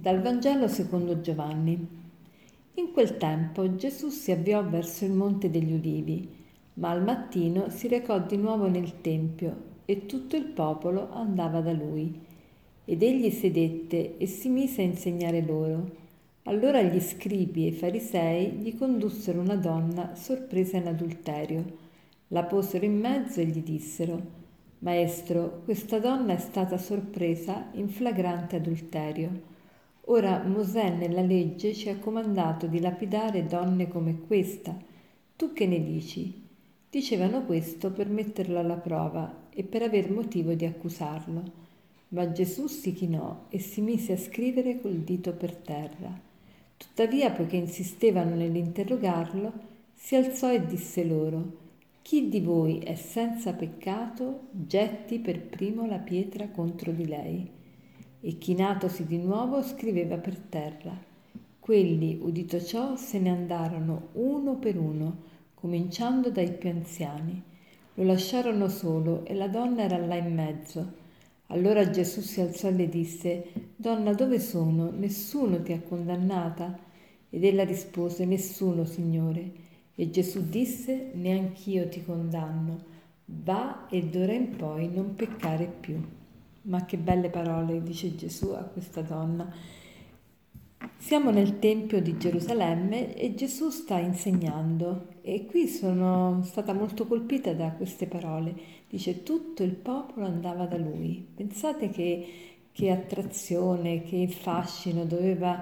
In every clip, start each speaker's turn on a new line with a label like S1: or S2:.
S1: Dal Vangelo secondo Giovanni. In quel tempo Gesù si avviò verso il Monte degli Ulivi, ma al mattino si recò di nuovo nel Tempio e tutto il popolo andava da lui. Ed egli sedette e si mise a insegnare loro. Allora gli scribi e i farisei gli condussero una donna sorpresa in adulterio. La posero in mezzo e gli dissero: Maestro, questa donna è stata sorpresa in flagrante adulterio. Ora Mosè nella legge ci ha comandato di lapidare donne come questa. Tu che ne dici? Dicevano questo per metterlo alla prova e per aver motivo di accusarlo. Ma Gesù si chinò e si mise a scrivere col dito per terra. Tuttavia, poiché insistevano nell'interrogarlo, si alzò e disse loro: Chi di voi è senza peccato, getti per primo la pietra contro di lei. E chinatosi di nuovo scriveva per terra. Quelli, udito ciò, se ne andarono uno per uno, cominciando dai più anziani. Lo lasciarono solo e la donna era là in mezzo. Allora Gesù si alzò e le disse: Donna, dove sono? Nessuno ti ha condannata? Ed ella rispose: Nessuno, Signore. E Gesù disse: Neanch'io ti condanno. Va e d'ora in poi non peccare più. Ma che belle parole, dice Gesù a questa donna. Siamo nel Tempio di Gerusalemme e Gesù sta insegnando e qui sono stata molto colpita da queste parole. Dice: tutto il popolo andava da lui. Pensate che attrazione, che fascino doveva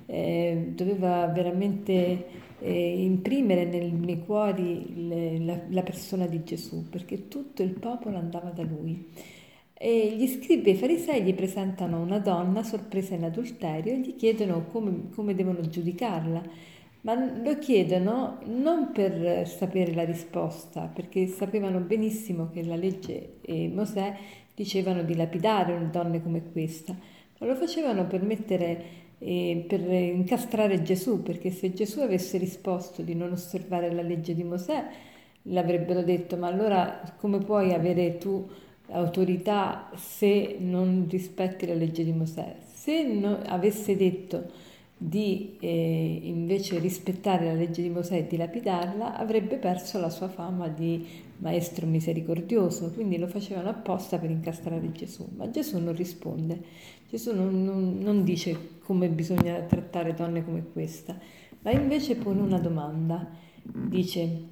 S1: veramente imprimere nei cuori la persona di Gesù, perché tutto il popolo andava da lui. E gli scribi e i farisei gli presentano una donna sorpresa in adulterio e gli chiedono come devono giudicarla, ma lo chiedono non per sapere la risposta, perché sapevano benissimo che la legge e Mosè dicevano di lapidare donne come questa, ma lo facevano per per incastrare Gesù, perché se Gesù avesse risposto di non osservare la legge di Mosè, l'avrebbero detto: ma allora come puoi avere tu autorità se non rispetti la legge di Mosè? Se avesse detto di invece rispettare la legge di Mosè e di lapidarla, avrebbe perso la sua fama di maestro misericordioso, quindi lo facevano apposta per incastrare Gesù. Ma Gesù non risponde, Gesù non dice come bisogna trattare donne come questa, ma invece pone una domanda. Dice: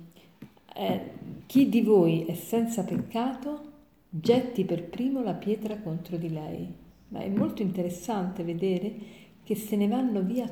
S1: chi di voi è senza peccato, getti per primo la pietra contro di lei. Ma è molto interessante vedere che se ne vanno via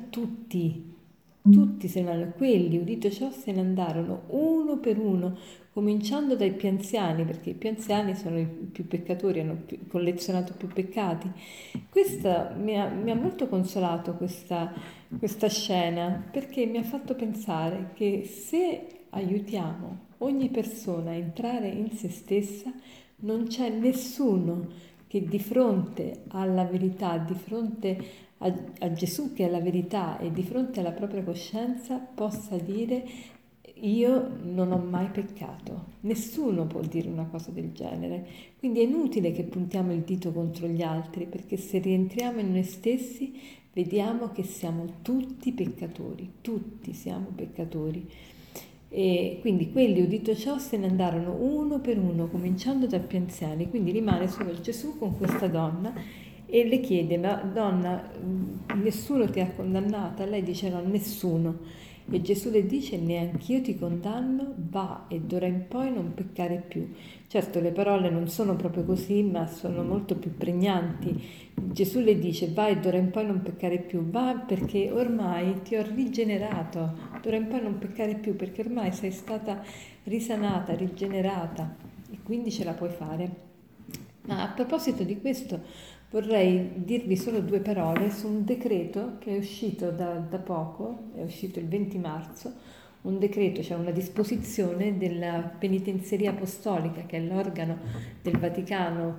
S1: tutti se ne vanno. Quelli, udito ciò, se ne andarono uno per uno, cominciando dai più anziani, perché i più anziani sono i più peccatori, hanno collezionato più peccati. Questa mi ha molto consolato questa scena, perché mi ha fatto pensare che se aiutiamo ogni persona a entrare in se stessa, non c'è nessuno che di fronte alla verità, di fronte a Gesù che è la verità e di fronte alla propria coscienza possa dire: io non ho mai peccato. Nessuno può dire una cosa del genere. Quindi è inutile che puntiamo il dito contro gli altri, perché se rientriamo in noi stessi vediamo che siamo tutti peccatori, tutti siamo peccatori. E quindi quelli, udito ciò, se ne andarono uno per uno, cominciando dai più anziani. Quindi rimane solo Gesù con questa donna e le chiede: ma donna, nessuno ti ha condannata? Lei dice: no, nessuno. E Gesù le dice: neanch'io ti condanno, va e d'ora in poi non peccare più. Certo, le parole non sono proprio così, ma sono molto più pregnanti. Gesù le dice: va e d'ora in poi non peccare più, va perché ormai ti ho rigenerato, d'ora in poi non peccare più, perché ormai sei stata risanata, rigenerata e quindi ce la puoi fare. Ma a proposito di questo vorrei dirvi solo due parole su un decreto che è uscito da poco, è uscito il 20 marzo, un decreto, cioè una disposizione della Penitenzeria Apostolica, che è l'organo del Vaticano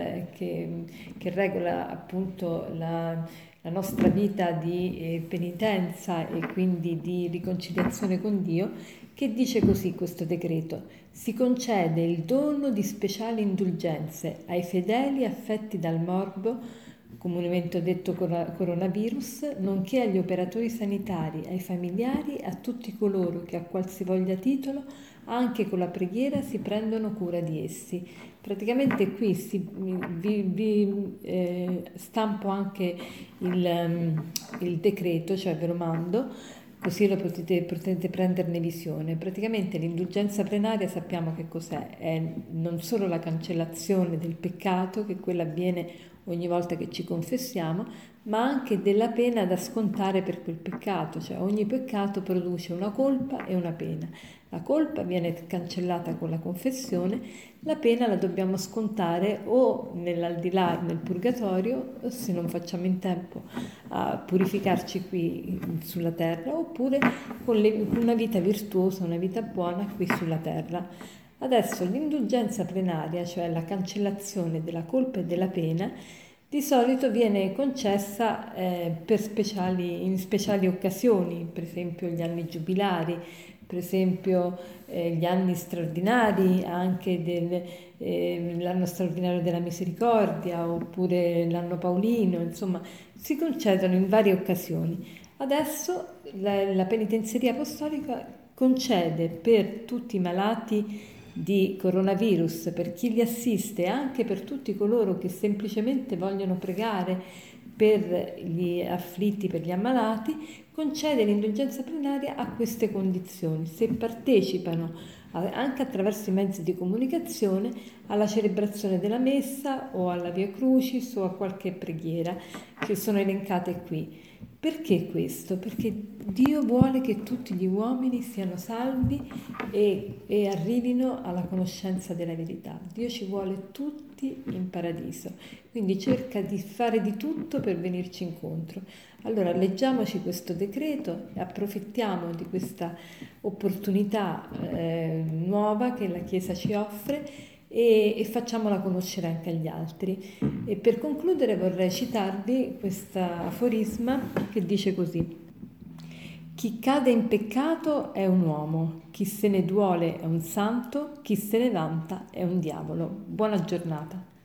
S1: che regola appunto la nostra vita di penitenza e quindi di riconciliazione con Dio, che dice così questo decreto: si concede il dono di speciali indulgenze ai fedeli affetti dal morbo comunemente detto coronavirus, nonché agli operatori sanitari, ai familiari, a tutti coloro che a qualsivoglia titolo, anche con la preghiera, si prendono cura di essi. Praticamente qui vi stampo anche il decreto, cioè ve lo mando, così lo potete prenderne visione. Praticamente l'indulgenza plenaria sappiamo che cos'è, è non solo la cancellazione del peccato, che quella avviene ogni volta che ci confessiamo, ma anche della pena da scontare per quel peccato, cioè ogni peccato produce una colpa e una pena. La colpa viene cancellata con la confessione, la pena la dobbiamo scontare o nell'aldilà, nel purgatorio, se non facciamo in tempo a purificarci qui sulla terra, oppure con una vita virtuosa, una vita buona qui sulla terra. Adesso l'indulgenza plenaria, cioè la cancellazione della colpa e della pena, di solito viene concessa in speciali occasioni, per esempio gli anni giubilari, per esempio gli anni straordinari, anche l'anno straordinario della misericordia, oppure l'anno paolino, insomma, si concedono in varie occasioni. Adesso la penitenzeria apostolica concede per tutti i malati di coronavirus, per chi li assiste, anche per tutti coloro che semplicemente vogliono pregare per gli afflitti, per gli ammalati, concede l'indulgenza plenaria a queste condizioni, se partecipano anche attraverso i mezzi di comunicazione alla celebrazione della messa o alla Via Crucis o a qualche preghiera che sono elencate qui. Perché questo? Perché Dio vuole che tutti gli uomini siano salvi e arrivino alla conoscenza della verità. Dio ci vuole tutti in paradiso, quindi cerca di fare di tutto per venirci incontro. Allora leggiamoci questo decreto e approfittiamo di questa opportunità nuova che la Chiesa ci offre e facciamola conoscere anche agli altri. E per concludere vorrei citarvi questo aforisma che dice così: chi cade in peccato è un uomo, chi se ne duole è un santo, chi se ne vanta è un diavolo. Buona giornata.